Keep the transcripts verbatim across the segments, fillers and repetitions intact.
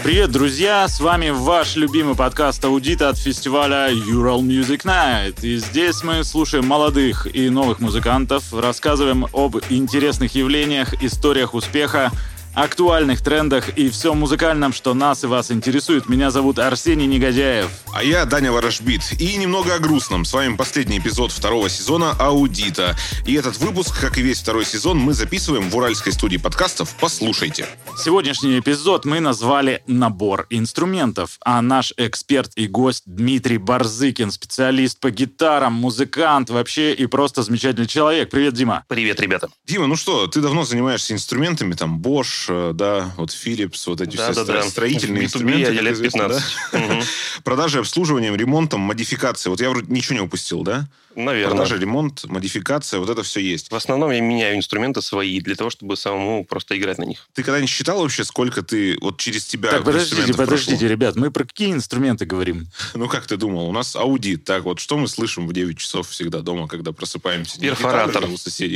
Привет, друзья! С вами ваш любимый подкаст «Аудита» от фестиваля Ural Music Night. И здесь мы слушаем молодых и новых музыкантов, рассказываем об интересных явлениях, историях успеха, актуальных трендах и всем музыкальном, что нас и вас интересует. Меня зовут Арсений Негодяев. А я Даня Ворожбит. И немного о грустном. С вами последний эпизод второго сезона «Аудита». И этот выпуск, как и весь второй сезон, мы записываем в уральской студии подкастов «Послушайте». Сегодняшний эпизод мы назвали «Набор инструментов». А наш эксперт и гость Дмитрий Барзыкин, специалист по гитарам, музыкант вообще и просто замечательный человек. Привет, Дима. Привет, ребята. Дима, ну что, ты давно занимаешься инструментами, там, Bosch, да, вот Philips, вот эти да, все да, да. строительные в инструменты. я лет пятнадцать. Да? Угу. Продажи, обслуживанием, ремонтом, модификацией. Вот я вроде ничего не упустил, да? Наверное. Продажа, ремонт, модификация, вот это все есть. В основном я меняю инструменты свои для того, чтобы самому просто играть на них. Ты когда-нибудь считал вообще, сколько ты вот через тебя Так, подождите, подождите, прошло? ребят, мы про какие инструменты говорим? Ну, как ты думал? У нас аудит. Так, вот что мы слышим в девять часов всегда дома, когда просыпаемся? Перфоратор. У соседей.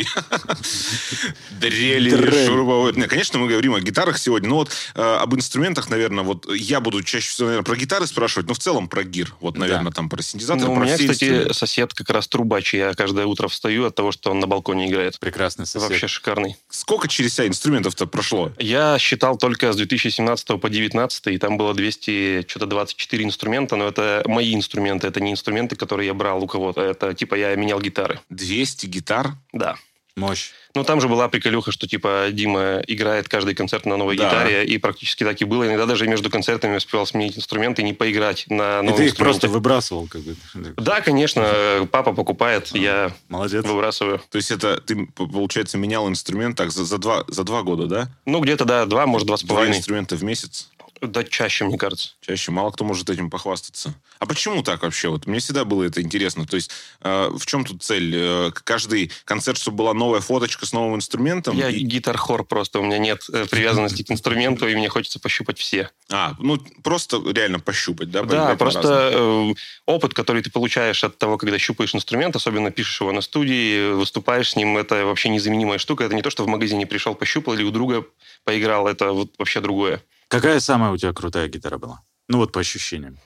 Дрели, шуруповерт. Конечно, мы говорим о гитарах сегодня, но вот об инструментах, наверное, вот я буду чаще всего, наверное, про гитары спрашивать, но в целом про гир. Вот, наверное, там про синтезатор, Ну, про у меня, все кстати, инструменты. сосед как раз трубач. Я каждое утро встаю от того, что он на балконе играет. Прекрасный сосед. Вообще шикарный. Сколько через себя инструментов-то прошло? Я считал только с две тысячи семнадцатого по девятнадцатый, и там было двести двадцать четыре инструмента, но это мои инструменты, это не инструменты, которые я брал у кого-то. Это типа я менял гитары. двести гитар? Да. Мощь. Ну, там же была приколюха, что, типа, Дима играет каждый концерт на новой Да. гитаре, и практически так и было. Иногда даже между концертами успевал сменить инструменты и не поиграть на И новом ты их инструменте. просто выбрасывал, как бы. Да, конечно, папа покупает, А, я молодец. выбрасываю. То есть это ты, получается, менял инструмент так за, за, два, за два года, да? Ну, где-то, да, два, может, два с Два половиной. инструмента в месяц? Да, чаще, мне кажется. Чаще. Мало кто может этим похвастаться. А почему так вообще? Вот мне всегда было это интересно. То есть э, в чем тут цель? Э, каждый концерт, чтобы была новая фоточка с новым инструментом? Я и... гитар-хор просто, у меня нет э, привязанности к инструменту, и мне хочется пощупать все. А, ну просто реально пощупать, да? Да, поиграть просто э, опыт, который ты получаешь от того, когда щупаешь инструмент, особенно пишешь его на студии, выступаешь с ним, это вообще незаменимая штука. Это не то, что в магазине пришел, пощупал или у друга поиграл, это вот вообще другое. Какая самая у тебя крутая гитара была? Ну вот по ощущениям.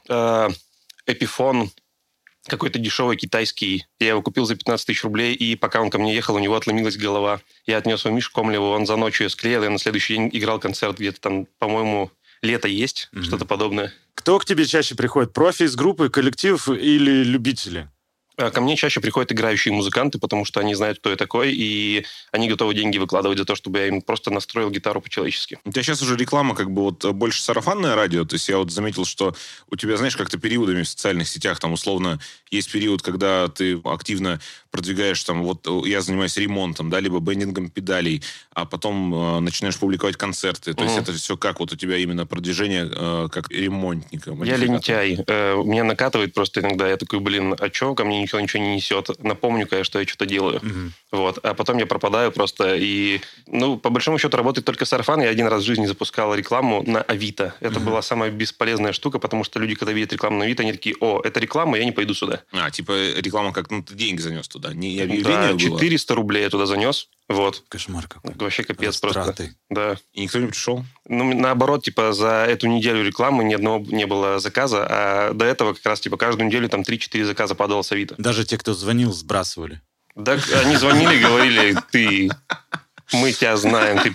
Эпифон, какой-то дешевый китайский. Я его купил за пятнадцать тысяч рублей, и пока он ко мне ехал, у него отломилась голова. Я отнес его Мишу Комлеву, он за ночь ее склеил, я на следующий день играл концерт где-то там, по-моему, лето есть, mm-hmm. что-то подобное. Кто к тебе чаще приходит? Профи из группы, коллектив или любители? Ко мне чаще приходят играющие музыканты, потому что они знают, кто я такой, и они готовы деньги выкладывать за то, чтобы я им просто настроил гитару по-человечески. У тебя сейчас уже реклама как бы вот больше сарафанное радио, то есть я вот заметил, что у тебя, знаешь, как-то периодами в социальных сетях, там условно есть период, когда ты активно продвигаешь, там, вот я занимаюсь ремонтом, да, либо бендингом педалей, а потом э, начинаешь публиковать концерты, то угу. есть это все как вот у тебя именно продвижение э, как ремонтника? Я лентяй, э, меня накатывает просто иногда, я такой, блин, а что, ко мне никто ничего не несет, напомню-ка я, что я что-то делаю. Угу. Вот. А потом я пропадаю просто, и, ну, по большому счету работает только сарафан. Я один раз в жизни запускал рекламу на Авито. Это угу. была самая бесполезная штука, потому что люди, когда видят рекламу на Авито, они такие, о, это реклама, я не пойду сюда. А, типа реклама как, ну, ты деньги занес туда, не объявление да, четыреста рублей я туда занес. Вот. Кошмар какой. Вообще капец Растраты. Просто. Да. И никто не пришел? Ну, наоборот, типа, за эту неделю рекламы ни одного не было заказа, а до этого как раз, типа, каждую неделю там три-четыре заказа падало с Авито. Даже те, кто звонил, сбрасывали. Да, они звонили, говорили, ты, мы тебя знаем, ты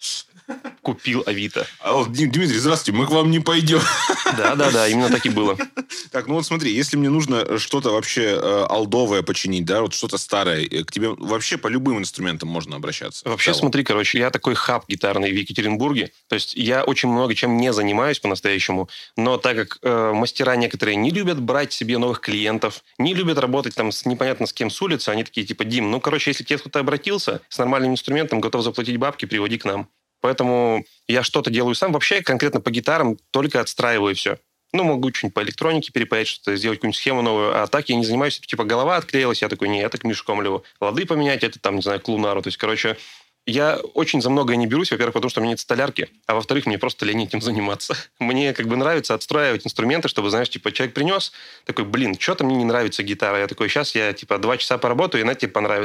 купил Авито. Алло, Дмитрий, здравствуйте, мы к вам не пойдем. Да-да-да, именно так и было. Так, ну вот смотри, если мне нужно что-то вообще э, олдовое починить, да, вот что-то старое, к тебе вообще по любым инструментам можно обращаться? Вообще, смотри, короче, я такой хаб гитарный в Екатеринбурге, то есть я очень много чем не занимаюсь по-настоящему, но так как э, мастера некоторые не любят брать себе новых клиентов, не любят работать там с непонятно с кем с улицы, они такие типа, Дим, ну, короче, если тебе кто-то обратился с нормальным инструментом, готов заплатить бабки, приводи к нам. Поэтому я что-то делаю сам. Вообще, конкретно по гитарам только отстраиваю все. Ну, могу что-нибудь по электронике перепаять, что-то сделать, какую-нибудь схему новую. А так я не занимаюсь. Типа, голова отклеилась, я такой, не, это к Мише Комлеву. Лады поменять, это там, не знаю, к Лунару. То есть, короче, я очень за многое не берусь. Во-первых, потому что у меня нет столярки. А во-вторых, мне просто лень этим заниматься. Мне как бы нравится отстраивать инструменты, чтобы, знаешь, типа, человек принес, такой, блин, что-то мне не нравится гитара. Я такой, сейчас я, типа, два часа поработаю, и она тебе понравится.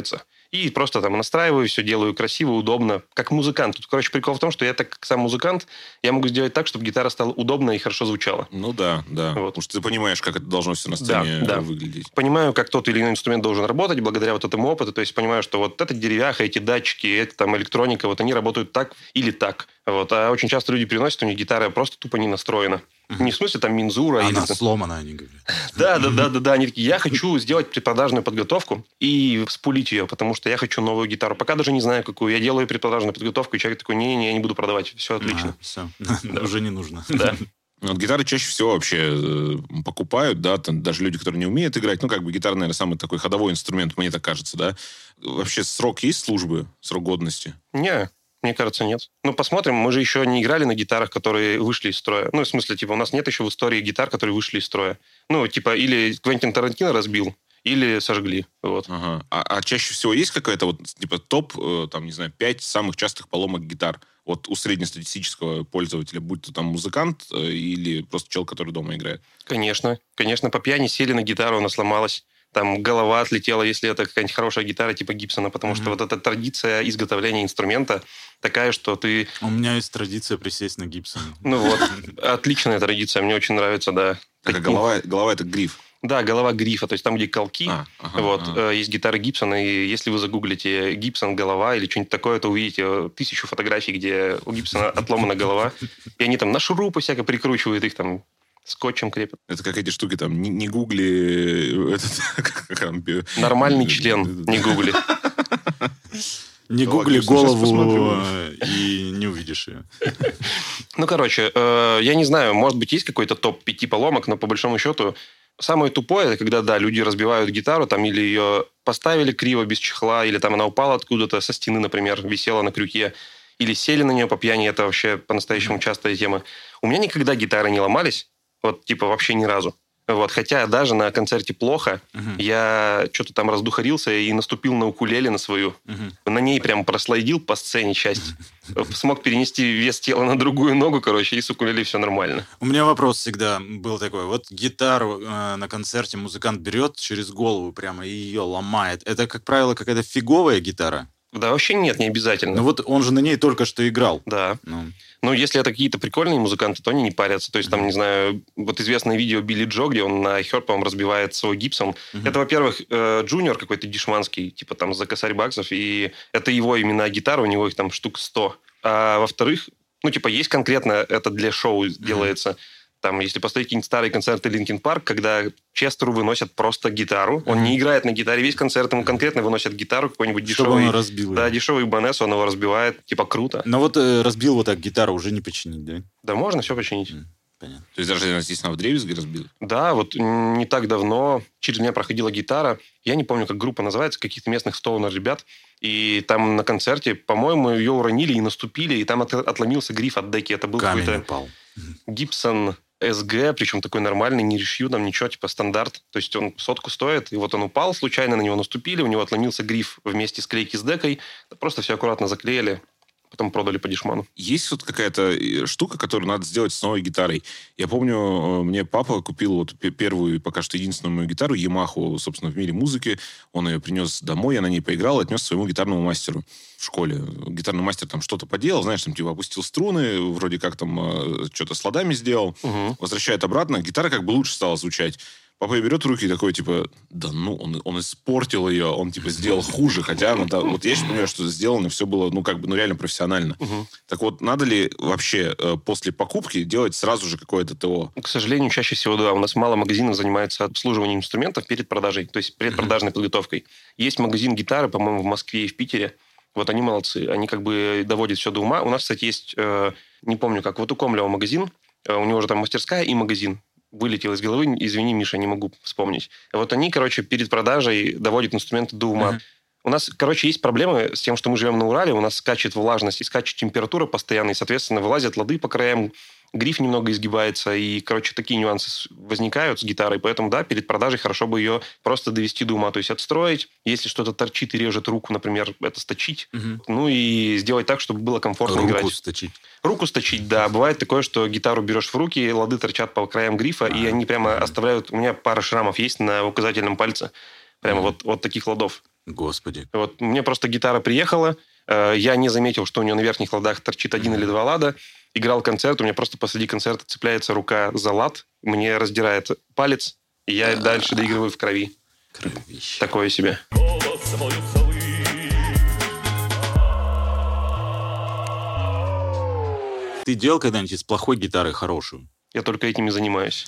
И просто там настраиваю, все делаю красиво, удобно, как музыкант. Тут, короче, прикол в том, что я так как сам музыкант, я могу сделать так, чтобы гитара стала удобно и хорошо звучала. Ну да, да. Вот. Потому что ты понимаешь, как это должно все на сцене да, да. выглядеть. Понимаю, как тот или иной инструмент должен работать благодаря вот этому опыту. То есть понимаю, что вот эта деревяха, эти датчики, это там электроника, вот они работают так или так. Вот. А очень часто люди приносят, у них гитара просто тупо не настроена. Uh-huh. Не в смысле там мензура. Она или... сломана, они говорят. Да, да, да, да, да. Они такие, я хочу сделать предпродажную подготовку и вспулить ее, потому что я хочу новую гитару. Пока даже не знаю, какую. Я делаю предпродажную подготовку, и человек такой, не-не-не, я не буду продавать. Все отлично. Все, уже не нужно. Да. Вот гитары чаще всего вообще э, покупают, да, там, даже люди, которые не умеют играть. Ну, как бы гитара, наверное, самый такой ходовой инструмент, мне так кажется, да. Вообще срок есть службы, срок годности? Не, мне кажется, нет. Ну, посмотрим. Мы же еще не играли на гитарах, которые вышли из строя. Ну, в смысле, типа, у нас нет еще в истории гитар, которые вышли из строя. Ну, типа, или Квентин Тарантино разбил, или сожгли. Вот. Ага. А, а чаще всего есть какая-то вот, типа, топ, э, там, не знаю, пять самых частых поломок гитар? Вот у среднестатистического пользователя, будь то там музыкант э, или просто человек, который дома играет? Конечно. Конечно, по пьяни сели на гитару, она сломалась. Там голова отлетела, если это какая-нибудь хорошая гитара типа Гибсона, потому mm-hmm. что вот эта традиция изготовления инструмента такая, что ты... У меня есть традиция присесть на Гибсон. Ну вот, отличная традиция, мне очень нравится, да. Так, а голова, голова это гриф? Да, голова грифа, то есть там, где колки, а, ага, вот, ага. есть гитары Гибсона, и если вы загуглите Гибсон голова или что-нибудь такое, то увидите тысячу фотографий, где у Гибсона отломана голова, и они там на шурупы всяко прикручивают их там, скотчем крепят. Это как эти штуки там, не, не гугли... Этот, как там, нормальный член, не гугли. Не гугли голову и не увидишь ее. Ну, короче, я не знаю, может быть, есть какой-то топ пяти поломок, но по большому счету самое тупое, это когда, да, люди разбивают гитару, там, или ее поставили криво, без чехла, или там она упала откуда-то со стены, например, висела на крюке, или сели на нее по пьяни, это вообще по-настоящему частая тема. У меня никогда гитары не ломались, вот, типа, вообще ни разу. Вот, хотя даже на концерте «Плохо» uh-huh. я что-то там раздухарился и наступил на укулеле на свою. Uh-huh. На ней прям прослайдил по сцене часть. Uh-huh. Смог перенести вес тела на другую ногу, короче, и с укулеле все нормально. У меня вопрос всегда был такой. Вот гитару э, на концерте музыкант берет через голову прямо и ее ломает. Это, как правило, какая-то фиговая гитара? Да, вообще нет, не обязательно. Ну вот он же на ней только что играл. Да. Ну, ну если это какие-то прикольные музыканты, то они не парятся. То есть, там, не знаю, вот известное видео Билли Джо, где он на Хёрд, по-моему, разбивает свой Гибсон. Uh-huh. Это, во-первых, джуниор какой-то дешманский, типа там за косарь баксов, и это его именно гитара, у него их там штук сто. А во-вторых, ну, типа, есть конкретно, это для шоу uh-huh. делается. Там, если посмотреть какие-нибудь старые концерты Линкин Парк, когда Честеру выносят просто гитару, mm-hmm. он не играет на гитаре весь концерт, ему конкретно выносят гитару, какой-нибудь Чтобы дешевый... он разбил. Да, дешевый Ибанес, он его разбивает, типа круто. Но вот э, разбил вот так гитару, уже не починить, да? Да, можно все починить. Mm, понятно. То есть даже здесь на вдребезги разбил? Да, вот не так давно через меня проходила гитара, я не помню, как группа называется, каких-то местных стоунер ребят, и там на концерте, по-моему, ее уронили и наступили, и там от, отломился гриф от деки. Это был Камень какой-то упал. Гибсон... эс гэ, причем такой нормальный, не решью, там ничего, типа стандарт. То есть он сотку стоит, и вот он упал случайно, на него наступили, у него отломился гриф вместе с клейки с декой, просто все аккуратно заклеили, потом продали по дешману. Есть вот какая-то штука, которую надо сделать с новой гитарой. Я помню, мне папа купил вот первую, пока что единственную мою гитару, Ямаху, собственно, в мире музыки. Он ее принес домой, я на ней поиграл, отнес своему гитарному мастеру в школе. Гитарный мастер там что-то поделал, знаешь, там типа опустил струны, вроде как там э, что-то с ладами сделал. Угу. Возвращает обратно, гитара как бы лучше стала звучать. Папа ее берет в руки и такой, типа, да ну, он, он испортил ее, он, типа, сделал хуже, хотя, ну, да, вот я сейчас понимаю, что сделано все было, ну, как бы, ну, реально профессионально. Угу. Так вот, надо ли вообще э, после покупки делать сразу же какое-то ТО? К сожалению, чаще всего, да, у нас мало магазинов занимается обслуживанием инструментов перед продажей, то есть предпродажной угу. подготовкой. Есть магазин гитары, по-моему, в Москве и в Питере. Вот они молодцы, они как бы доводят все до ума. У нас, кстати, есть, э, не помню как, вот у Комлева магазин, э, у него же там мастерская и магазин. Вылетел из головы, извини, Миша, не могу вспомнить. Вот они, короче, перед продажей доводят инструменты до ума. Uh-huh. У нас, короче, есть проблемы с тем, что мы живем на Урале, у нас скачет влажность и скачет температура постоянно, и, соответственно, вылазят лады по краям, гриф немного изгибается, и, короче, такие нюансы возникают с гитарой, поэтому, да, перед продажей хорошо бы ее просто довести до ума, то есть отстроить, если что-то торчит и режет руку, например, это сточить, угу. ну и сделать так, чтобы было комфортно руку играть. Руку сточить. Руку сточить, да. Бывает такое, что гитару берешь в руки, лады торчат по краям грифа, а, и они прямо а. оставляют... У меня пара шрамов есть на указательном пальце, прямо а. вот, вот таких ладов. Господи. Вот мне просто гитара приехала, э, я не заметил, что у нее на верхних ладах торчит один или два лада. Играл концерт, у меня просто посреди концерта цепляется рука за лад, мне раздирает палец, и я дальше доигрываю в крови. Кровище. Такое себе. Ты делал когда-нибудь из плохой гитары хорошую? Я только этим и занимаюсь.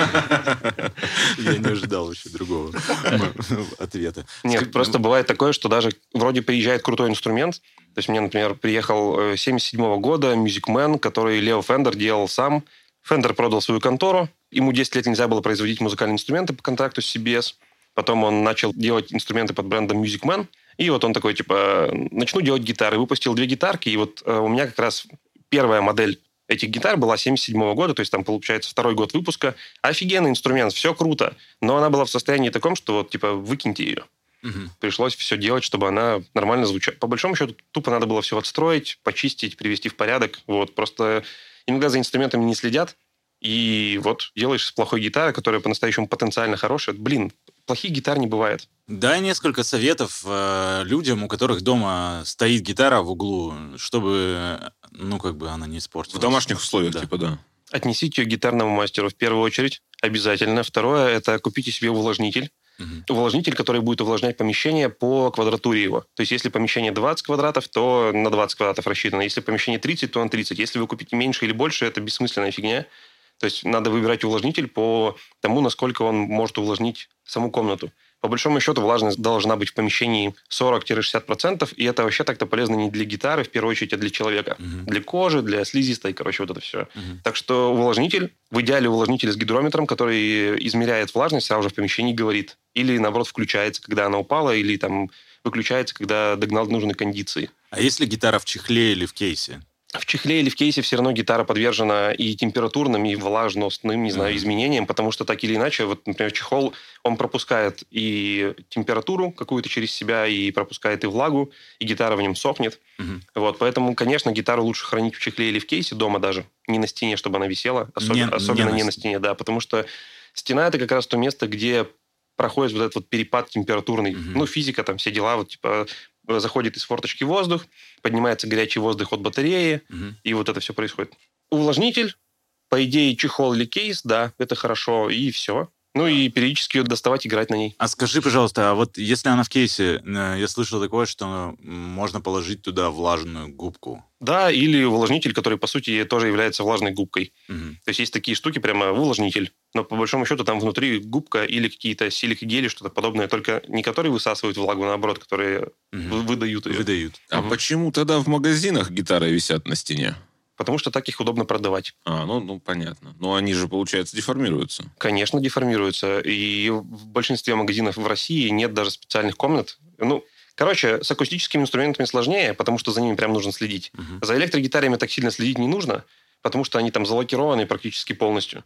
Я не ожидал вообще другого ответа. Нет, просто бывает такое, что даже вроде приезжает крутой инструмент. То есть мне, например, приехал семьдесят седьмого года Music Man, который Лео Фендер делал сам. Фендер продал свою контору. Ему десять лет нельзя было производить музыкальные инструменты по контракту с си би эс. Потом он начал делать инструменты под брендом Music Man. И вот он такой, типа, начну делать гитары. Выпустил две гитарки. И вот у меня как раз первая модель этих гитар была семьдесят седьмого года, то есть там, получается, второй год выпуска. Офигенный инструмент, все круто. Но она была в состоянии таком, что вот, типа, выкиньте ее. Угу. Пришлось все делать, чтобы она нормально звучала. По большому счету, тупо надо было все отстроить, почистить, привести в порядок. Вот. Просто иногда за инструментами не следят. И вот делаешь с плохой гитары, которая по-настоящему потенциально хорошая. Блин, плохих гитар не бывает. Дай несколько советов э, людям, у которых дома стоит гитара в углу, чтобы, ну, как бы она не испортилась. В домашних условиях, да. типа, да. Отнесите ее к гитарному мастеру в первую очередь. Обязательно. Второе, это купите себе увлажнитель. Угу. Увлажнитель, который будет увлажнять помещение по квадратуре его. То есть, если помещение двадцать квадратов, то на двадцать квадратов рассчитано. Если помещение тридцать, то на тридцать. Если вы купите меньше или больше, это бессмысленная фигня. То есть надо выбирать увлажнитель по тому, насколько он может увлажнить саму комнату. По большому счету влажность должна быть в помещении сорок-шестьдесят процентов, и это вообще так-то полезно не для гитары, в первую очередь, а для человека. Uh-huh. Для кожи, для слизистой, короче, вот это все. Uh-huh. Так что увлажнитель, в идеале увлажнитель с гидрометром, который измеряет влажность, сразу же в помещении говорит. Или, наоборот, включается, когда она упала, или там выключается, когда догнал нужной кондиции. А если гитара в чехле или в кейсе? В чехле или в кейсе все равно гитара подвержена и температурным, и влажностным, не знаю, изменениям, потому что так или иначе, вот, например, чехол, он пропускает и температуру какую-то через себя, и пропускает и влагу, и гитара в нем сохнет. Uh-huh. Вот, поэтому, конечно, гитару лучше хранить в чехле или в кейсе дома даже, не на стене, чтобы она висела, особенно, не, особенно не, не на стене, да, потому что стена – это как раз то место, где проходит вот этот вот перепад температурный. Uh-huh. Ну, физика, там все дела, вот типа... заходит из форточки воздух, поднимается горячий воздух от батареи, угу. и вот это все происходит. Увлажнитель, по идее, чехол или кейс, да, это хорошо, и все. Ну и периодически ее доставать, играть на ней. А скажи, пожалуйста, а вот если она в кейсе, я слышал такое, что можно положить туда влажную губку. Да, или увлажнитель, который, по сути, тоже является влажной губкой. Угу. То есть есть такие штуки, прямо увлажнитель, но по большому счету там внутри губка или какие-то силикогели, что-то подобное, только не которые высасывают влагу, а наоборот, которые угу. выдают ее. Выдают. А угу. почему тогда в магазинах гитары висят на стене? Потому что так их удобно продавать. А, ну, ну, понятно. Но они же, получается, деформируются. Конечно, деформируются. И в большинстве магазинов в России нет даже специальных комнат. Ну, короче, с акустическими инструментами сложнее, потому что за ними прям нужно следить. Uh-huh. За электрогитарами так сильно следить не нужно, потому что они там залакированы практически полностью.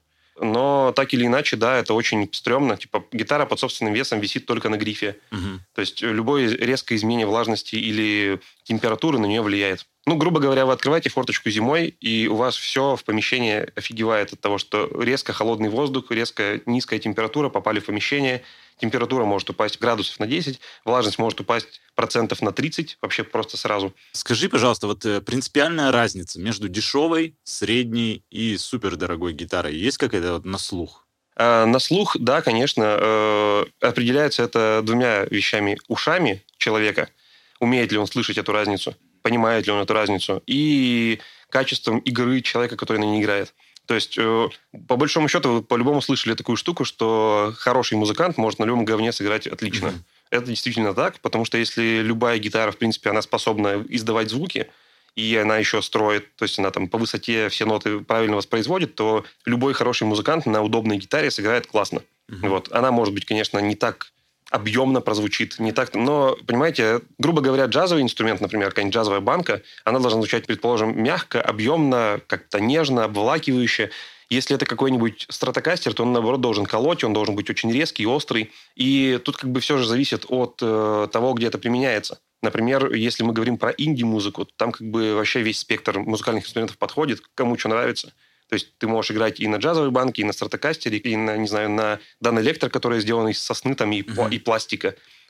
Но так или иначе, да, это очень стрёмно. Типа гитара под собственным весом висит только на грифе. Uh-huh. То есть любое резкое изменение влажности или температуры на нее влияет. Ну, грубо говоря, вы открываете форточку зимой, и у вас все в помещении офигевает от того, что резко холодный воздух, резко низкая температура попали в помещение. Температура может упасть градусов на десять, влажность может упасть процентов на тридцать, вообще просто сразу. Скажи, пожалуйста, вот принципиальная разница между дешевой, средней и супердорогой гитарой есть какая-то вот на слух? А, на слух, да, конечно. Э, определяется это двумя вещами. Ушами человека, умеет ли он слышать эту разницу, понимает ли он эту разницу, и качеством игры человека, который на ней играет. То есть, э, по большому счету, вы по-любому слышали такую штуку, что хороший музыкант может на любом говне сыграть отлично. Mm-hmm. Это действительно так, потому что если любая гитара, в принципе, она способна издавать звуки, и она еще строит, то есть она там по высоте все ноты правильно воспроизводит, то любой хороший музыкант на удобной гитаре сыграет классно. Mm-hmm. Вот. Она может быть, конечно, не так объемно прозвучит, не так... Но, понимаете, грубо говоря, джазовый инструмент, например, какая-нибудь джазовая банка, она должна звучать, предположим, мягко, объемно, как-то нежно, обволакивающе. Если это какой-нибудь стратокастер, то он, наоборот, должен колоть, он должен быть очень резкий, острый. И тут как бы все же зависит от э, того, где это применяется. Например, если мы говорим про инди-музыку, там как бы вообще весь спектр музыкальных инструментов подходит, кому что нравится. То есть ты можешь играть и на джазовой банке, и на стратокастере, и на, не знаю, на Дан Электро, который сделан из сосны там, и, uh-huh. и пластика.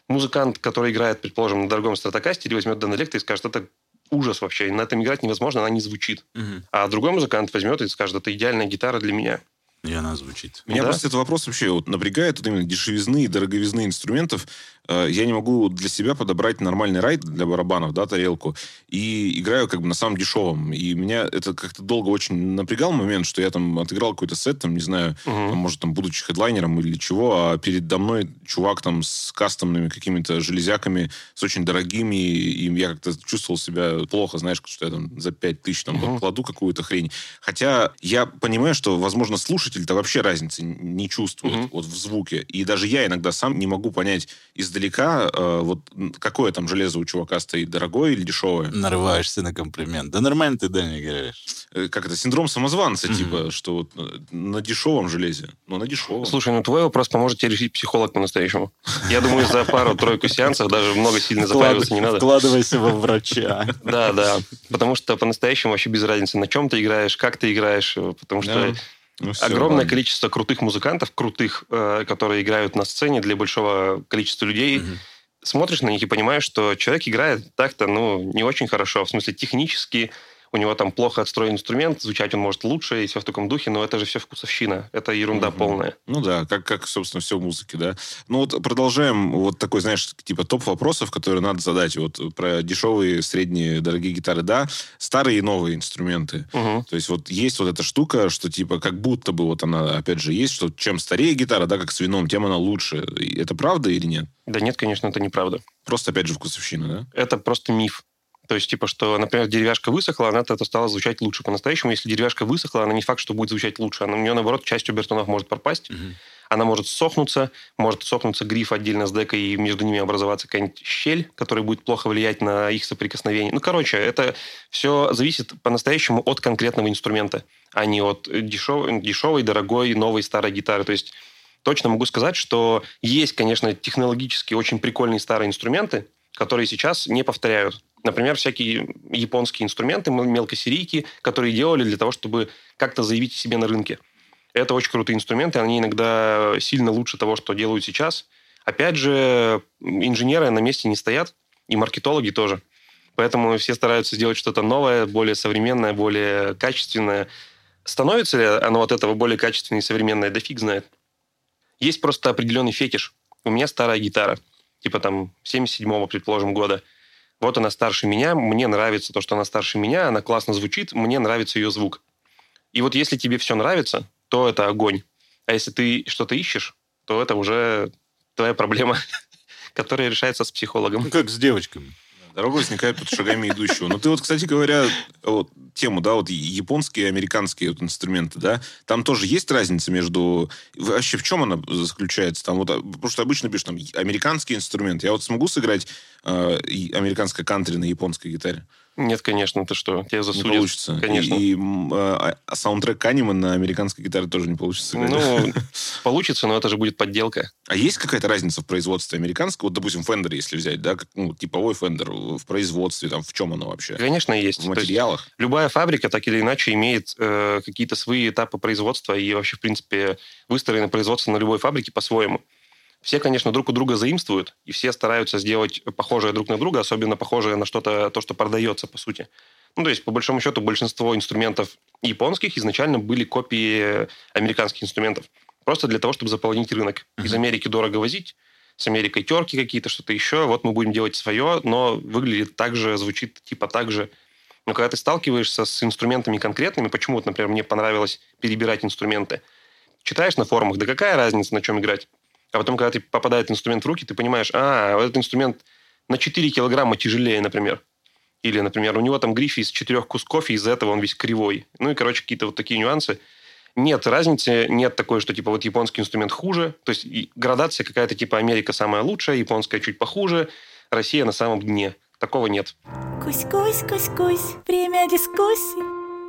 музыкант, который играет, предположим, на дорогом стратокастере, возьмет Данэлектру и скажет, это ужас вообще, на этом играть невозможно, она не звучит. Угу. А другой музыкант возьмет и скажет, это идеальная гитара для меня. И она звучит. Меня да? просто этот вопрос вообще вот напрягает, вот именно дешевизны и дороговизны инструментов. Я не могу для себя подобрать нормальный райд для барабанов, да, тарелку, и играю как бы на самом дешевом. И меня это как-то долго очень напрягал момент, что я там отыграл какой-то сет, там, не знаю, Угу. там, может, там, будучи хедлайнером или чего, а передо мной чувак там с кастомными какими-то железяками, с очень дорогими, и я как-то чувствовал себя плохо, знаешь, что я там за пять тысяч там Угу. кладу какую-то хрень. Хотя я понимаю, что, возможно, слушатель-то вообще разницы не чувствует Угу. вот в звуке. И даже я иногда сам не могу понять издалека, э, вот какое там железо у чувака стоит, дорогое или дешевое. Нарываешься на комплимент. Да нормально ты, да, не играешь. Э, Как это, синдром самозванца, Мгм. типа, что вот э, на дешевом железе. Ну, на дешевом. Слушай, ну твой вопрос поможет тебе решить психолог по-настоящему. Я думаю, за пару-тройку сеансов даже много сильно запариваться не надо. Вкладывайся во врача. Да, да. Потому что по-настоящему вообще без разницы, на чем ты играешь, как ты играешь. Потому что Да. Ну, всё, огромное ладно. количество крутых музыкантов, крутых, э, которые играют на сцене для большого количества людей. Мгм. Смотришь на них и понимаешь, что человек играет так-то, ну, не очень хорошо. В смысле, технически у него там плохо отстроен инструмент, звучать он может лучше и все в таком духе, но это же все вкусовщина. Это ерунда Мгм. полная. Ну да, как, как, собственно, все в музыке, да. Ну вот продолжаем вот такой, знаешь, типа топ вопросов, которые надо задать. Вот про дешевые, средние, дорогие гитары, да. Старые и новые инструменты. Мгм. То есть вот есть вот эта штука, что типа как будто бы вот она, опять же, есть, что чем старее гитара, да, как с вином, тем она лучше. И это правда или нет? Да нет, конечно, это неправда. Просто, опять же, вкусовщина, да? Это просто миф. То есть, типа, что, например, деревяшка высохла, она это стала звучать лучше. По-настоящему, если деревяшка высохла, она не факт, что будет звучать лучше. Она, у нее, наоборот, часть обертонов может пропасть. Мгм. Она может сохнуться, может сохнуться гриф отдельно с декой, и между ними образоваться какая-нибудь щель, которая будет плохо влиять на их соприкосновение. Ну, короче, это все зависит по-настоящему от конкретного инструмента, а не от дешевой, дешевой, дорогой, новой, старой гитары. То есть точно могу сказать, что есть, конечно, технологически очень прикольные старые инструменты, которые сейчас не повторяют. Например, всякие японские инструменты, мелкосерийки, которые делали для того, чтобы как-то заявить о себе на рынке. Это очень крутые инструменты, они иногда сильно лучше того, что делают сейчас. Опять же, инженеры на месте не стоят, и маркетологи тоже. Поэтому все стараются сделать что-то новое, более современное, более качественное. Становится ли оно от этого более качественное и современное? Да фиг знает. Есть просто определенный фетиш. У меня старая гитара, типа там семьдесят седьмого, предположим, года. Вот она старше меня, мне нравится то, что она старше меня, она классно звучит, мне нравится ее звук. И вот если тебе все нравится, то это огонь. А если ты что-то ищешь, то это уже твоя проблема, которая решается с психологом. Ну, как с девочками. Дорога возникает под шагами идущего. Но ты вот, кстати говоря, вот, тему, да, вот японские и американские вот инструменты, да, там тоже есть разница между... Вообще, в чем она заключается? Там вот, потому что обычно пишут, там, американский инструмент. Я вот смогу сыграть э, американское кантри на японской гитаре? Нет, конечно, ты что, тебя засудят. Не получится. Конечно. И, и э, саундтрек Канеман на американской гитаре тоже не получится сыграть. Ну, получится, но это же будет подделка. А есть какая-то разница в производстве американского? Вот, допустим, Fender, если взять, да, как, ну, типовой Fender в производстве, там, в чем оно вообще? Конечно, есть. В То есть материалах? любая фабрика так или иначе имеет э, какие-то свои этапы производства и вообще, в принципе, выстроено производство на любой фабрике по-своему. Все, конечно, друг у друга заимствуют, и все стараются сделать похожее друг на друга, особенно похожее на что-то, то, что продается, по сути. Ну, то есть, по большому счету, большинство инструментов японских изначально были копии американских инструментов. Просто для того, чтобы заполнить рынок. Uh-huh. Из Америки дорого возить, с Америкой терки какие-то, что-то еще. Вот мы будем делать свое, но выглядит так же, звучит типа так же. Но когда ты сталкиваешься с инструментами конкретными, почему, вот, например, мне понравилось перебирать инструменты, читаешь на форумах, да какая разница, на чем играть? А потом, когда ты попадает инструмент в руки, ты понимаешь, а, этот инструмент на четыре килограмма тяжелее, например. Или, например, у него там гриф из четырех кусков, и из-за этого он весь кривой. Ну и, короче, какие-то вот такие нюансы. Нет разницы, нет такой, что типа вот японский инструмент хуже. То есть градация какая-то типа Америка самая лучшая, японская чуть похуже, Россия на самом дне. Такого нет. Кусь-кусь, кусь-кусь, время дискуссий.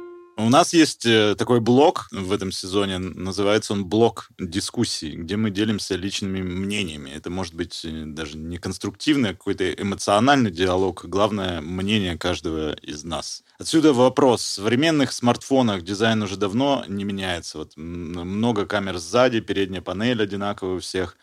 У нас есть э, такой блок в этом сезоне, называется он блок дискуссий, где мы делимся личными мнениями. Это может быть э, даже не конструктивный, а какой-то эмоциональный диалог. Главное, мнение каждого из нас. Отсюда вопрос. В современных смартфонах дизайн уже давно не меняется. Вот м- много камер сзади, передняя панель одинаковая у всех.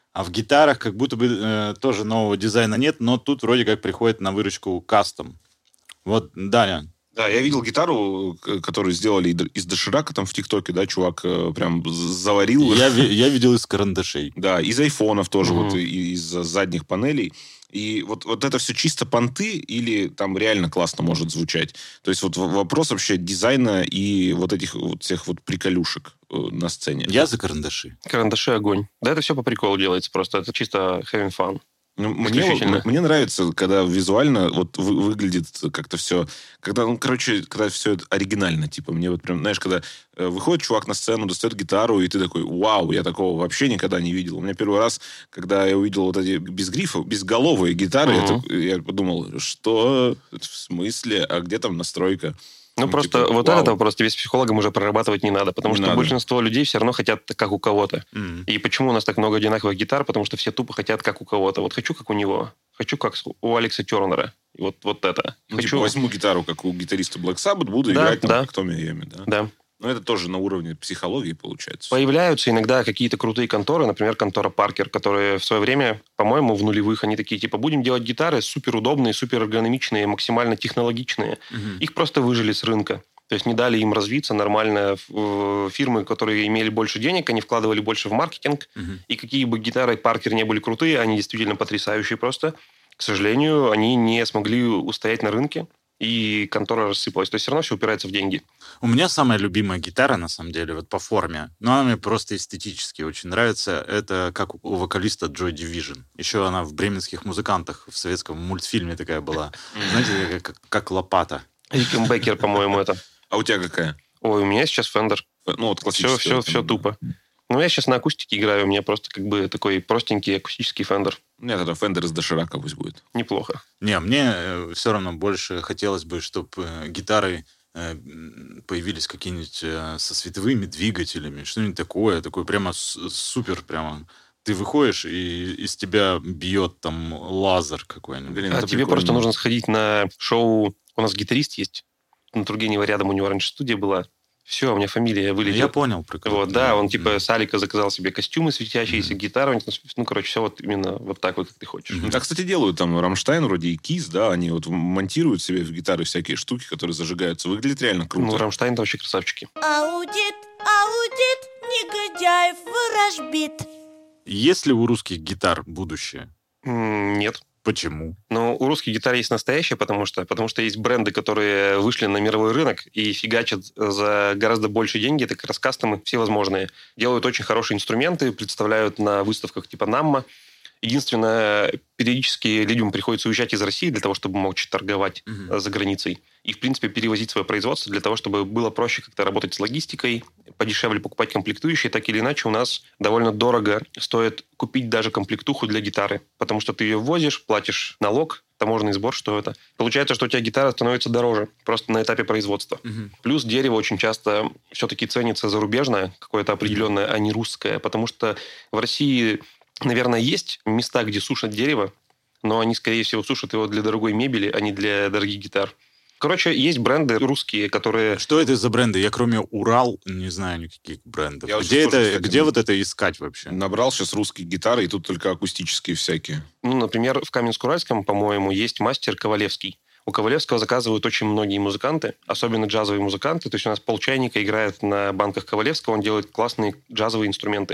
А в гитарах как будто бы э, тоже нового дизайна нет, но тут вроде как приходит на выручку кастом. Вот, Даня. Да, я видел гитару, к- которую сделали и- из доширака там в ТикТоке, да, чувак э, прям з- заварил. Я, ви- я видел из карандашей. Да, из айфонов тоже, Мгм. вот и- из задних панелей. И вот, вот это все чисто понты или там реально классно может звучать? То есть вот в- вопрос вообще дизайна и вот этих вот всех вот приколюшек э, на сцене. Я за карандаши. Карандаши огонь. Да, это все по приколу делается просто. Это чисто having fun. Ну, Мне, Исключительно. м- мне нравится, когда визуально вот вы- выглядит как-то все, когда, ну, короче, когда все оригинально, типа, мне вот прям, знаешь, когда э, выходит чувак на сцену, достает гитару, и ты такой, вау, я такого вообще никогда не видел. У меня первый раз, когда я увидел вот эти без грифов, безголовые гитары, я, Мгм. так- я подумал, что, в смысле, а где там настройка? Ну, Ну, просто типа, вот вау. этот вопрос тебе с психологом уже прорабатывать не надо, потому Не что надо. большинство людей все равно хотят так, как у кого-то. М. И почему у нас так много одинаковых гитар? Потому что все тупо хотят, как у кого-то. Вот хочу, как у него. Хочу, как с- у Алекса Тернера. И вот, вот это. Ну, хочу... типа, возьму гитару, как у гитариста Black Sabbath, буду Да, играть там, да. как Томми Йоми, да? Да. Но это тоже на уровне психологии получается. Появляются иногда какие-то крутые конторы, например, контора Паркер, которые в свое время, по-моему, в нулевых, они такие, типа, будем делать гитары супер удобные, супер эргономичные, максимально технологичные. Мгм. Их просто выжили с рынка. То есть не дали им развиться нормально. В- Фирмы, которые имели больше денег, они вкладывали больше в маркетинг. Мгм. И какие бы гитары Паркер не были крутые, они действительно потрясающие просто. К сожалению, они не смогли устоять на рынке, и контора рассыпалась. То есть все равно все упирается в деньги. У меня самая любимая гитара, на самом деле, вот по форме, но она мне просто эстетически очень нравится. Это как у вокалиста Joy Division. Еще она в «Бременских музыкантах» в советском мультфильме такая была. Знаете, как, как лопата. Рикенбекер, по-моему, это. А у тебя какая? Ой, у меня сейчас Fender. Ну, вот Все, классическая. все, вот, все там, да. тупо. Ну, я сейчас на акустике играю, у меня просто как бы такой простенький акустический Fender. У меня тогда Fender из доширака пусть будет. Неплохо. Не, мне все равно больше хотелось бы, чтобы гитары э, м, появились какие-нибудь э, со световыми двигателями, что-нибудь такое, такое прямо с- супер, прямо. Ты выходишь, и из тебя бьет там лазер какой-нибудь. Блин, А это тебе прикольно. просто нужно сходить на шоу... У нас гитарист есть. На Тургенева рядом у него раньше студия была. Все, у меня фамилия вылетела. Я понял, прикольно. Вот, да, он типа с Алика заказал себе костюмы светящиеся, гитару. Ну, короче, все вот именно вот так вот, как ты хочешь. Мгм. Ну, так, кстати, делают там Рамштайн вроде и Кис, да, они вот монтируют себе в гитары всякие штуки, которые зажигаются. Выглядит реально круто. Ну, Рамштайн вообще красавчики. Аудит, аудит, негодяев ворожбит. Есть ли у русских гитар будущее? М, Нет. Почему? Но у русских гитар есть настоящее, потому что, потому что есть бренды, которые вышли на мировой рынок и фигачат за гораздо больше деньги. Это как раз кастомы всевозможные. Делают очень хорошие инструменты, представляют на выставках типа Намма. Единственное, периодически людям приходится уезжать из России для того, чтобы мочь торговать Мгм. э, за границей. И, в принципе, перевозить свое производство для того, чтобы было проще как-то работать с логистикой, подешевле покупать комплектующие. Так или иначе, у нас довольно дорого стоит купить даже комплектуху для гитары, потому что ты ее ввозишь, платишь налог, таможенный сбор, что это. Получается, что у тебя гитара становится дороже просто на этапе производства. Мгм. Плюс дерево очень часто все-таки ценится зарубежное, какое-то определенное, а не русское, потому что в России, наверное, есть места, где сушат дерево, но они, скорее всего, сушат его для дорогой мебели, а не для дорогих гитар. Короче, есть бренды русские, которые... Что это за бренды? Я кроме Урал не знаю никаких брендов. Я вот Где, тоже, это, кстати, где не- вот это искать вообще? Набрал сейчас русские гитары, и тут только акустические всякие. Ну, например, в Каменск-Уральском, по-моему, есть мастер Ковалевский. У Ковалевского заказывают очень многие музыканты, особенно джазовые музыканты. То есть у нас полчайника играет на банках Ковалевского, он делает классные джазовые инструменты.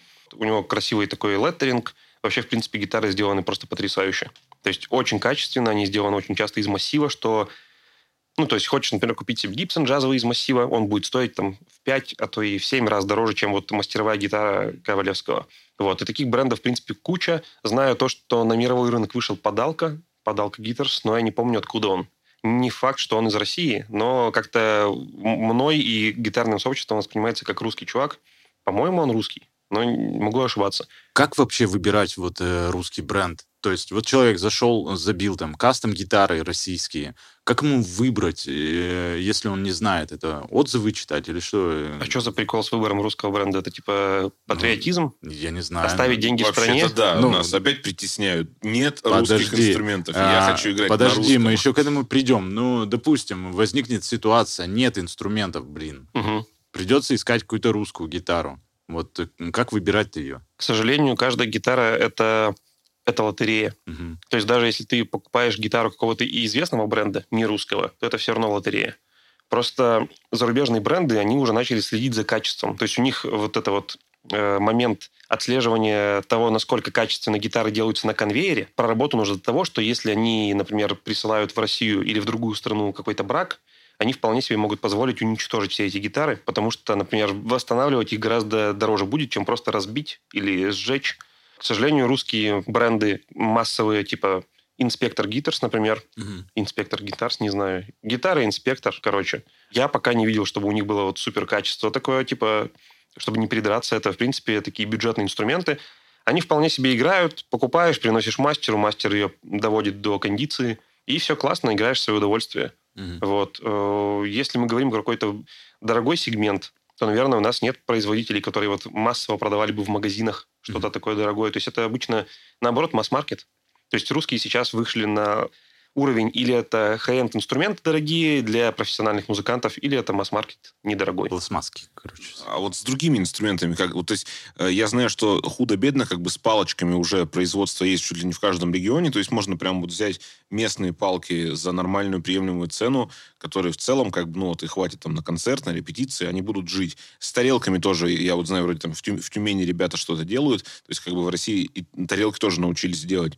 У него красивый такой леттеринг. Вообще, в принципе, гитары сделаны просто потрясающе. То есть очень качественно, они сделаны очень часто из массива, что... Ну, то есть хочешь, например, купить себе Гибсон джазовый из массива, он будет стоить там в пять, а то и в семь раз дороже, чем вот мастеровая гитара Ковалевского. Вот. И таких брендов, в принципе, куча. Знаю то, что на мировой рынок вышел Подалка, Подалка Гитарс, но я не помню, откуда он. Не факт, что он из России, но как-то мной и гитарным сообществом он воспринимается как русский чувак. По-моему, он русский, но могу ошибаться. Как вообще выбирать вот э, русский бренд? То есть вот человек зашел, забил там кастом гитары российские. Как ему выбрать, э, если он не знает? Это отзывы читать или что? А что за прикол с выбором русского бренда? Это типа патриотизм? Я не знаю. Оставить деньги в стране? Вообще-то да, Ну, нас опять притесняют. Нет русских Подожди. инструментов. Я А, хочу играть Подожди, на русском. мы еще к этому придем. Ну, допустим, возникнет ситуация, нет инструментов, блин. Угу. Придется искать какую-то русскую гитару. Вот как выбирать ее? К сожалению, каждая гитара — это, это лотерея. Угу. То есть даже если ты покупаешь гитару какого-то известного бренда, не русского, то это все равно лотерея. Просто зарубежные бренды, они уже начали следить за качеством. То есть у них вот это вот э, момент отслеживания того, насколько качественно гитары делаются на конвейере, проработан уже до того, что если они, например, присылают в Россию или в другую страну какой-то брак, они вполне себе могут позволить уничтожить все эти гитары, потому что, например, восстанавливать их гораздо дороже будет, чем просто разбить или сжечь. К сожалению, русские бренды массовые, типа Инспектор Гитарс, например. Угу. Инспектор Гитарс, не знаю. Гитара, инспектор, короче. Я пока не видел, чтобы у них было вот супер качество такое, типа, чтобы не передраться. Это, в принципе, такие бюджетные инструменты. Они вполне себе играют, покупаешь, приносишь мастеру, мастер ее доводит до кондиции, и все классно, играешь в свое удовольствие. Угу. Вот. Если мы говорим про какой-то дорогой сегмент, то, наверное, у нас нет производителей, которые вот массово продавали бы в магазинах что-то угу. такое дорогое. То есть это обычно, наоборот, масс-маркет. То есть русские сейчас вышли на уровень, или это хай-энд инструменты дорогие для профессиональных музыкантов, или это масс-маркет недорогой. Пластмасски, короче. А вот с другими инструментами, как, вот, то есть я знаю, что худо-бедно как бы с палочками уже производство есть чуть ли не в каждом регионе, то есть можно прям вот взять местные палки за нормальную приемлемую цену, которые в целом как бы, ну вот и хватит там на концерт, на репетиции, они будут жить. С тарелками тоже, я вот знаю, вроде там в, Тю- в Тюмени ребята что-то делают, то есть как бы в России и тарелки тоже научились делать.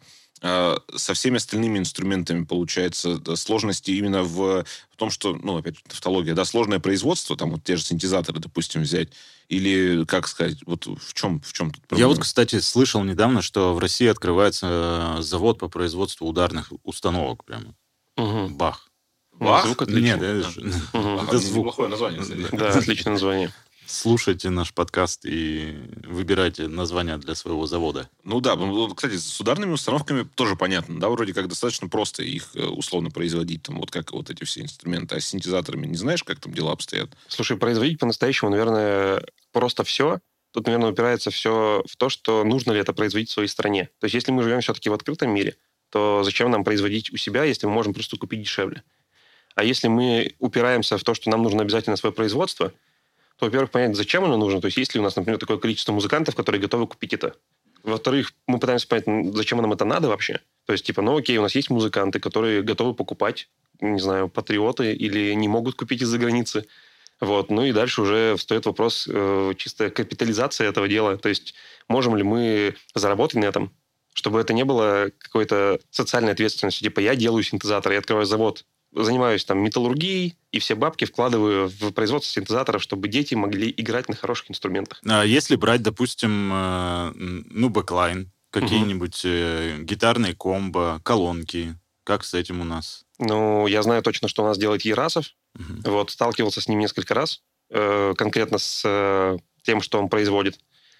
Со всеми остальными инструментами, получается, сложности именно в, в том, что, ну, опять тавтология, да, сложное производство, там вот те же синтезаторы, допустим, взять, или, как сказать, вот в чем, в чем тут проблема? Я вот, кстати, слышал недавно, что в России открывается завод по производству ударных установок прямо. Угу. Бах. Бах? Звук отличный. Нет, это, угу. это звук. Неплохое название, кстати. Да, отличное название. Слушайте наш подкаст и выбирайте название для своего завода. Ну да, кстати, с ударными установками тоже понятно, да, вроде как достаточно просто их условно производить, там, вот как вот эти все инструменты, а с синтезаторами не знаешь, как там дела обстоят? Слушай, производить по-настоящему, наверное, просто все. Тут, наверное, упирается все в то, что нужно ли это производить в своей стране. То есть, если мы живем все-таки в открытом мире, то зачем нам производить у себя, если мы можем просто купить дешевле? А если мы упираемся в то, что нам нужно обязательно свое производство, то, во-первых, понять, зачем оно нужно. То есть, есть ли у нас, например, такое количество музыкантов, которые готовы купить это. Во-вторых, мы пытаемся понять, зачем нам это надо вообще. То есть, типа, ну окей, у нас есть музыканты, которые готовы покупать, не знаю, патриоты или не могут купить из-за границы. Вот. Ну и дальше уже встает вопрос э, чисто капитализации этого дела. То есть, можем ли мы заработать на этом, чтобы это не было какой-то социальной ответственностью. Типа, я делаю синтезатор, я открываю завод, занимаюсь там металлургией, и все бабки вкладываю в производство синтезаторов, чтобы дети могли играть на хороших инструментах. А если брать, допустим, э, ну, бэклайн, какие-нибудь э, гитарные комбо, колонки, как с этим у нас? Ну, я знаю точно, что у нас делает Ерасов. Угу. Вот, сталкивался с ним несколько раз, э, конкретно с э, тем, что он производит.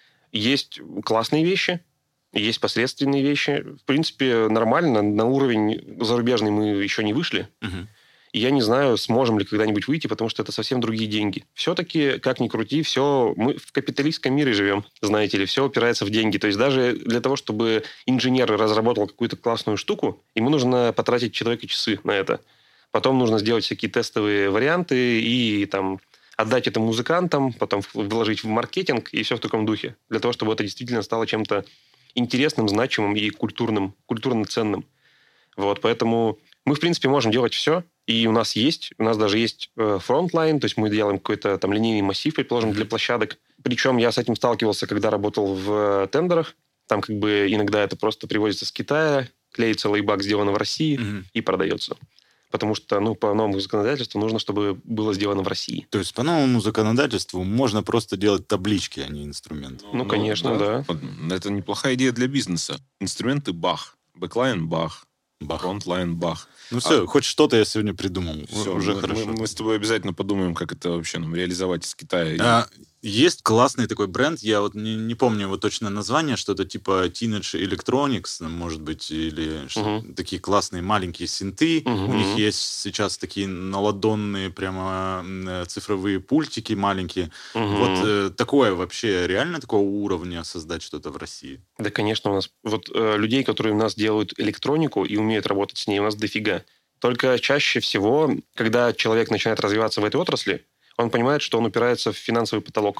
Есть классные вещи, есть посредственные вещи. В принципе, нормально. На уровень зарубежный мы еще не вышли. Угу. И я не знаю, сможем ли когда-нибудь выйти, потому что это совсем другие деньги. Все-таки, как ни крути, все... Мы в капиталистском мире живем, знаете ли. Все упирается в деньги. То есть даже для того, чтобы инженер разработал какую-то классную штуку, ему нужно потратить человека часы на это. Потом нужно сделать всякие тестовые варианты и там отдать это музыкантам, потом вложить в маркетинг и все в таком духе. Для того, чтобы это действительно стало чем-то интересным, значимым и культурным, культурно ценным. Вот, поэтому мы, в принципе, можем делать все, и у нас есть, у нас даже есть фронтлайн, то есть мы делаем какой-то там линейный массив, предположим, для площадок. Причем я с этим сталкивался, когда работал в тендерах. Там как бы иногда это просто привозится с Китая, клеится лейбак, сделано в России, Mm-hmm. и продается. Потому что, ну, по новому законодательству нужно, чтобы было сделано в России. То есть по новому законодательству можно просто делать таблички, а не инструменты. Ну, ну конечно, да. да. Это неплохая идея для бизнеса. Инструменты бах, бэклайн бах, Бах. фронтлайн бах. Ну все, а... хоть что-то я сегодня придумал. Все, уже мы, хорошо. Мы, мы с тобой обязательно подумаем, как это вообще нам реализовать из Китая. А, есть классный такой бренд, я вот не, не помню его точное название, что-то типа Teenage Electronics, может быть, или uh-huh. такие классные маленькие синты. Uh-huh. У них есть сейчас такие наладонные прямо цифровые пультики маленькие. Uh-huh. Вот э, такое вообще, реально такого уровня создать что-то в России? Да, конечно, у нас вот э, людей, которые у нас делают электронику и умеют работать с ней, у нас дофига. Только чаще всего, когда человек начинает развиваться в этой отрасли, он понимает, что он упирается в финансовый потолок. То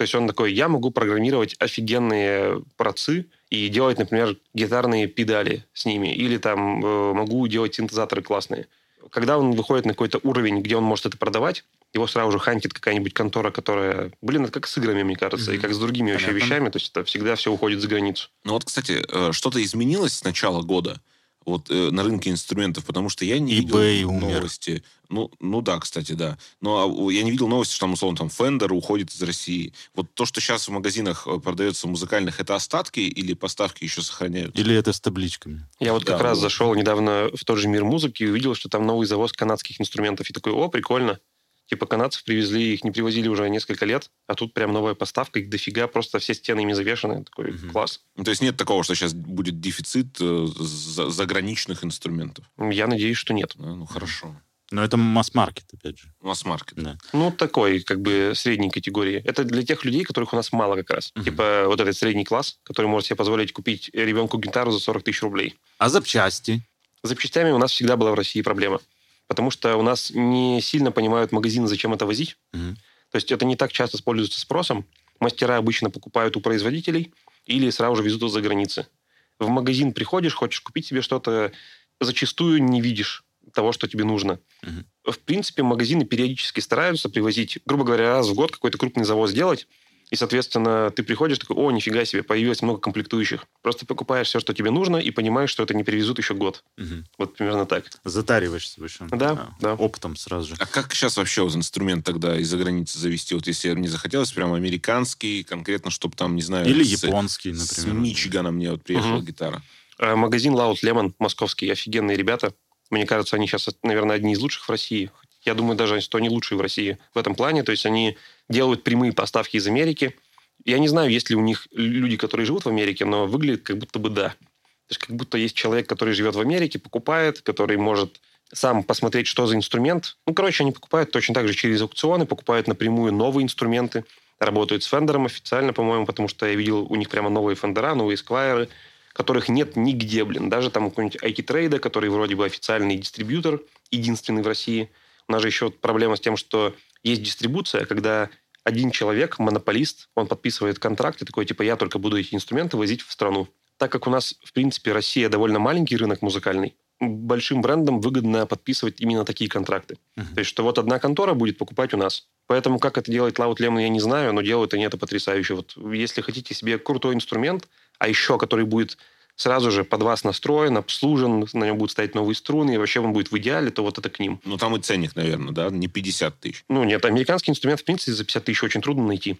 То есть он такой, я могу программировать офигенные процы и делать, например, гитарные педали с ними. Или там э, могу делать синтезаторы классные. Когда он выходит на какой-то уровень, где он может это продавать, его сразу же хантит какая-нибудь контора, которая... Блин, это как с играми, мне кажется, mm-hmm. и как с другими вообще Понятно. вещами. То есть это всегда все уходит за границу. Ну вот, кстати, э, что-то изменилось с начала года вот э, на рынке инструментов, потому что я не eBay видел умер. новости. Ну, ну да, кстати, да. Но а, я не видел новости, что там, условно, там Fender уходит из России. Вот то, что сейчас в магазинах продается музыкальных, это остатки или поставки еще сохраняют? Или это с табличками? Я вот Да, как раз вот. зашел недавно в тот же мир музыки и увидел, что там новый завоз канадских инструментов. И такой, о, прикольно. Типа канадцев привезли, их не привозили уже несколько лет, а тут прям новая поставка, их дофига, просто все стены ими завешаны. Такой Мгм. класс. Ну, то есть нет такого, что сейчас будет дефицит э, за- заграничных инструментов? Я надеюсь, что нет. Да, ну, хорошо. Но это масс-маркет, опять же. Масс-маркет. Да. Ну, такой, как бы, средней категории. Это для тех людей, которых у нас мало как раз. Мгм. Типа вот этот средний класс, который может себе позволить купить ребенку гитару за сорок тысяч рублей. А запчасти? С запчастями у нас всегда была в России проблема. Потому что у нас не сильно понимают магазины, зачем это возить. Мгм. То есть это не так часто пользуется спросом. Мастера обычно покупают у производителей или сразу же везут из-за границы. В магазин приходишь, хочешь купить себе что-то, зачастую не видишь того, что тебе нужно. Мгм. В принципе, магазины периодически стараются привозить, грубо говоря, раз в год какой-то крупный завоз делать, и, соответственно, ты приходишь такой, о, нифига себе, появилось много комплектующих. Просто покупаешь все, что тебе нужно, и понимаешь, что это не перевезут еще год. Мгм. Вот примерно так. Затариваешься совершенно. Да, А, да. Опытом сразу же. А как сейчас вообще вот инструмент тогда из-за границы завести? Вот если мне захотелось прям американский, конкретно, чтобы там, не знаю... Или с- японский, С например. Мичигана мне вот приехала Мгм. гитара. А магазин Loud Lemon московский, офигенные ребята. Мне кажется, они сейчас, наверное, одни из лучших в России. Я думаю, даже, что они лучшие в России в этом плане. То есть они делают прямые поставки из Америки. Я не знаю, есть ли у них люди, которые живут в Америке, но выглядит как будто бы да. То есть как будто есть человек, который живет в Америке, покупает, который может сам посмотреть, что за инструмент. Ну, короче, они покупают точно так же через аукционы, покупают напрямую новые инструменты, работают с Фендером официально, по-моему, потому что я видел у них прямо новые Фендера, новые Сквайры, которых нет нигде, блин. Даже там какой-нибудь ай ти Trader, который вроде бы официальный дистрибьютор, единственный в России. У нас же еще проблема с тем, что есть дистрибуция, когда один человек, монополист, он подписывает контракт и такой, типа, я только буду эти инструменты возить в страну. Так как у нас, в принципе, Россия довольно маленький рынок музыкальный, большим брендам выгодно подписывать именно такие контракты. Мгм. То есть, что вот одна контора будет покупать у нас. Поэтому, как это делает Loud Lemon, я не знаю, но делают они это потрясающе. Вот если хотите себе крутой инструмент, а еще который будет сразу же под вас настроен, обслужен, на нем будут стоять новые струны, и вообще он будет в идеале, то вот это к ним. Ну, там и ценник, наверное, да? Не пятьдесят тысяч. Ну, нет, американский инструмент, в принципе, за пятьдесят тысяч очень трудно найти.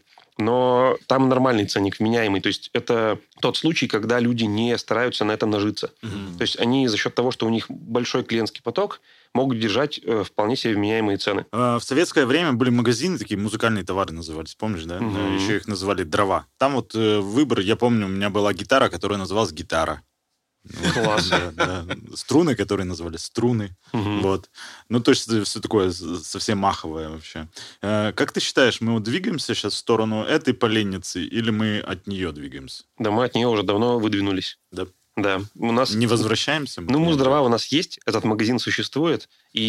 Но там нормальный ценник, вменяемый. То есть это тот случай, когда люди не стараются на этом нажиться. Мгм. То есть они за счет того, что у них большой клиентский поток, могут держать э, вполне себе вменяемые цены. А, В советское время были магазины, такие музыкальные товары назывались, помнишь, да? Мгм. Э, Еще их называли дрова. Там вот э, выбор, я помню, у меня была гитара, которая называлась гитара. Вот, Класс. да, да. Струны, которые называли струны. Мгм. Вот. Ну, то есть все такое с- совсем маховое вообще. Э, Как ты считаешь, мы вот двигаемся сейчас в сторону этой поленницы или мы от нее двигаемся? Да мы от нее уже давно выдвинулись. Да. Да. У нас... Не возвращаемся? мы Ну, к ней? Муздрова у нас есть, этот магазин существует,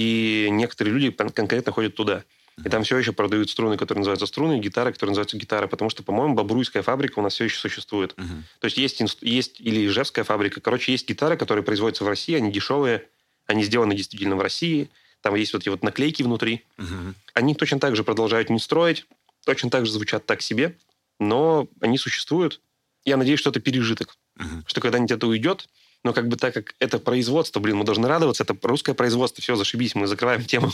и некоторые люди кон- конкретно ходят туда. И там все еще продают струны, которые называются струны, и гитары, которые называются гитары, потому что, по-моему, Бобруйская фабрика у нас все еще существует. Мгм. То есть есть, инст- есть или Ижевская фабрика. Короче, есть гитары, которые производятся в России, они дешевые, они сделаны действительно в России. Там есть вот эти вот наклейки внутри. Мгм. Они точно так же продолжают не строить, точно так же звучат так себе, но они существуют. Я надеюсь, что это пережиток. Мгм. Что когда-нибудь это уйдет, но как бы так как это производство, блин, мы должны радоваться, это русское производство, все, зашибись, мы закрываем тему.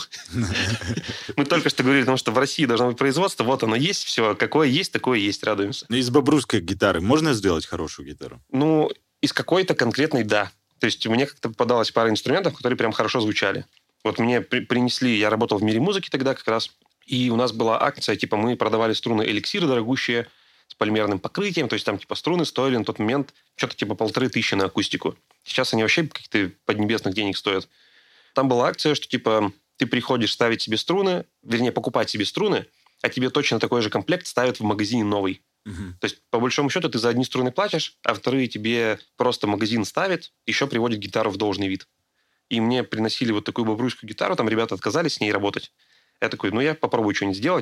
Мы только что говорили о том, что в России должно быть производство, вот оно есть, все, какое есть, такое есть, радуемся. Из бобрусской гитары можно сделать хорошую гитару? Ну, из какой-то конкретной, да. То есть мне как-то попадалась пара инструментов, которые прям хорошо звучали. Вот мне при- принесли, я работал в мире музыки тогда как раз, и у нас была акция, типа мы продавали струны эликсиры дорогущие с полимерным покрытием, то есть там типа струны стоили на тот момент что-то типа полторы тысячи на акустику. Сейчас они вообще каких-то поднебесных денег стоят. Там была акция, что типа ты приходишь ставить себе струны, вернее, покупать себе струны, а тебе точно такой же комплект ставят в магазине новый. Мгм. То есть, по большому счету, ты за одни струны платишь, а вторые тебе просто магазин ставит, еще приводит гитару в должный вид. И мне приносили вот такую бобруйскую гитару, там ребята отказались с ней работать. Я такой, ну, я попробую что-нибудь сделать.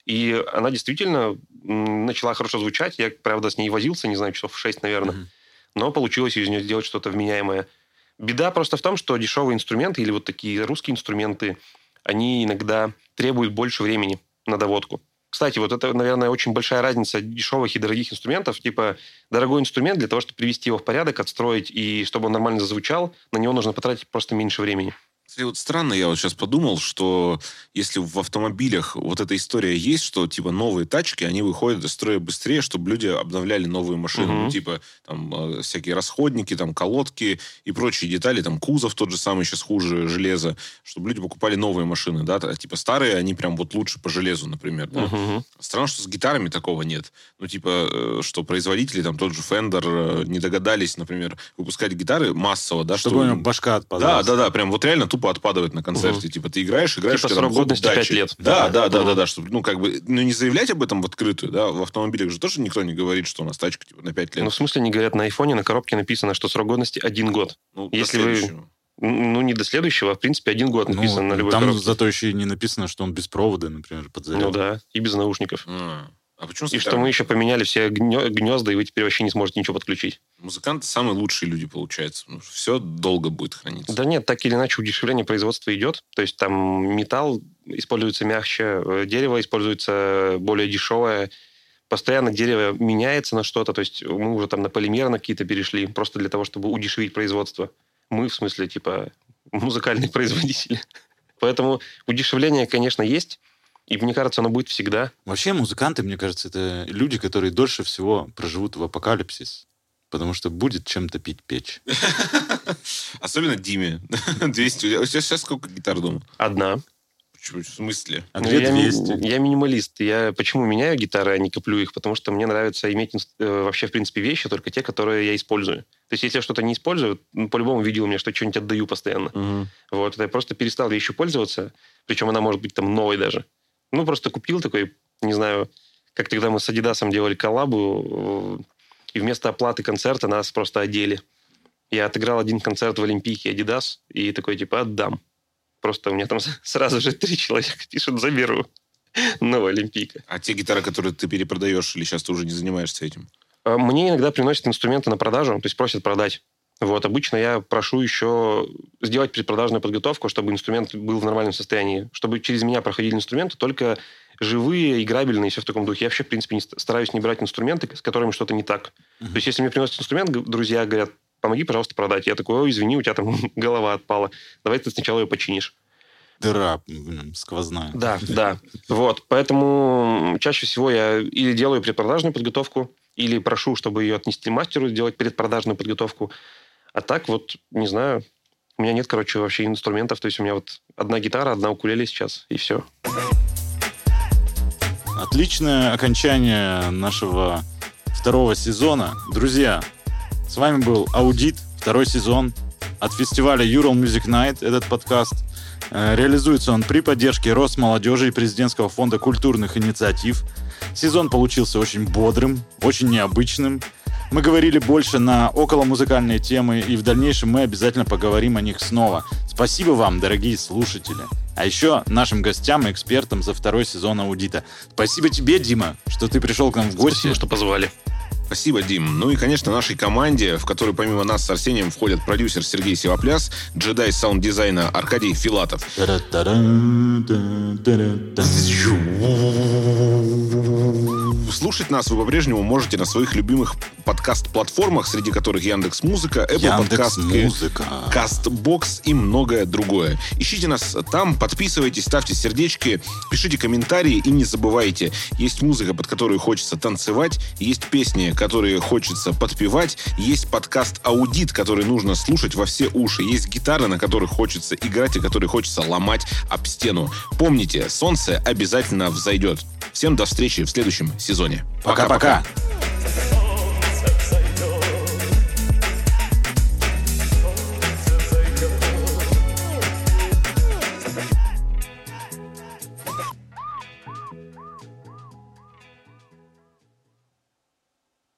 И она действительно начала хорошо звучать. Я, правда, с ней возился, не знаю, часов шесть, наверное. Mm-hmm. Но получилось из нее сделать что-то вменяемое. Беда просто в том, что дешевые инструменты или вот такие русские инструменты, они иногда требуют больше времени на доводку. Кстати, вот это, наверное, очень большая разница дешевых и дорогих инструментов. Типа, дорогой инструмент для того, чтобы привести его в порядок, отстроить, и чтобы он нормально зазвучал, на него нужно потратить просто меньше времени. Кстати, вот странно, я вот сейчас подумал, что если в автомобилях вот эта история есть, что типа новые тачки, они выходят из строя быстрее, чтобы люди обновляли новые машины. Uh-huh. Ну, типа там э, всякие расходники, там колодки и прочие детали, там кузов тот же самый сейчас хуже железа, чтобы люди покупали новые машины, да, типа старые, они прям вот лучше по железу, например, да. Uh-huh. Странно, что с гитарами такого нет. Ну, типа, э, что производители, там тот же Fender, э, не догадались, например, выпускать гитары массово, да, чтобы что... у него башка отпадала. Да, да, да, прям вот реально тупо отпадает на концерте. Угу. Типа ты играешь, играешь, типа срок годности пять лет. Да, да, да, да, да, да, чтобы, ну, как бы, ну, не заявлять об этом в открытую, да, в автомобилях же тоже никто не говорит, что у нас тачка, типа, на пять лет. Ну, в смысле, не говорят, на айфоне на коробке написано, что срок годности один год. Ну, если вы... Ну, не до следующего, а, в принципе, один год написано ну, на любой там коробке. Там зато еще и не написано, что он без провода, например, подзаряд. Ну, да, и без наушников. А. А почему и что мы еще поменяли все гнезда, и вы теперь вообще не сможете ничего подключить. Музыканты самые лучшие люди, получается. Ну, все долго будет храниться. Да нет, так или иначе удешевление производства идет. То есть там металл используется мягче, дерево используется более дешевое. Постоянно дерево меняется на что-то. То есть мы уже там на полимеры на какие-то перешли, просто для того, чтобы удешевить производство. Мы, в смысле, типа, музыкальные производители. Поэтому удешевление, конечно, есть. И мне кажется, оно будет всегда. Вообще музыканты, мне кажется, это люди, которые дольше всего проживут в апокалипсис. Потому что будет чем топить печь. Особенно Диме. двести. У тебя сейчас сколько гитар дома? Одна. Почему? В смысле? А где двести? Я, я минималист. Я почему меняю гитары, а не коплю их? Потому что мне нравится иметь э, вообще, в принципе, вещи, только те, которые я использую. То есть, если я что-то не использую, ну, по-любому видел у меня, что что-нибудь отдаю постоянно. Uh-huh. Вот. Это я просто перестал вещью пользоваться. Причем она может быть там новой даже. Ну, просто купил такой, не знаю, как тогда мы с Адидасом делали коллабу, и вместо оплаты концерта нас просто одели. Я отыграл один концерт в Олимпийке Адидас, и такой, типа, отдам. Просто у меня там сразу же три человека пишут, заберу. Новая Олимпийка. А те гитары, которые ты перепродаешь, или сейчас ты уже не занимаешься этим? Мне иногда приносят инструменты на продажу, то есть просят продать. Вот, обычно я прошу еще сделать предпродажную подготовку, чтобы инструмент был в нормальном состоянии, чтобы через меня проходили инструменты, только живые, играбельные, и все в таком духе. Я вообще, в принципе, не стараюсь не брать инструменты, с которыми что-то не так. Uh-huh. То есть, если мне приносят инструмент, друзья говорят, помоги, пожалуйста, продать. Я такой, ой, извини, у тебя там голова отпала. Давай ты сначала ее починишь. Дыра сквозная. Да, да. Вот, поэтому чаще всего я или делаю предпродажную подготовку, или прошу, чтобы ее отнести мастеру, сделать предпродажную подготовку. А так вот, не знаю, у меня нет, короче, вообще инструментов. То есть у меня вот одна гитара, одна укулеле сейчас, и все. Отличное окончание нашего второго сезона. Друзья, с вами был Аудит, второй сезон от фестиваля Ural Music Night. Этот подкаст реализуется он при поддержке Росмолодежи и Президентского фонда культурных инициатив. Сезон получился очень бодрым, очень необычным. Мы говорили больше на околомузыкальные темы, и в дальнейшем мы обязательно поговорим о них снова. Спасибо вам, дорогие слушатели. А еще нашим гостям и экспертам за второй сезон Аудита. Спасибо тебе, Дима, что ты пришел к нам в гости. Спасибо, что позвали. Спасибо, Дим. Ну и, конечно, нашей команде, в которой помимо нас с Арсением входят продюсер Сергей Севопляс, джедай саунд-дизайна Аркадий Филатов. Слушать нас вы по-прежнему можете на своих любимых подкаст-платформах, среди которых Яндекс.Музыка, Apple Подкасты, Кастбокс и многое другое. Ищите нас там, подписывайтесь, ставьте сердечки, пишите комментарии и не забывайте, есть музыка, под которую хочется танцевать, есть песни, которые хочется подпевать, есть подкаст «Аудит», который нужно слушать во все уши, есть гитары, на которых хочется играть и которые хочется ломать об стену. Помните, солнце обязательно взойдет. Всем до встречи в следующем сезоне. Пока-пока!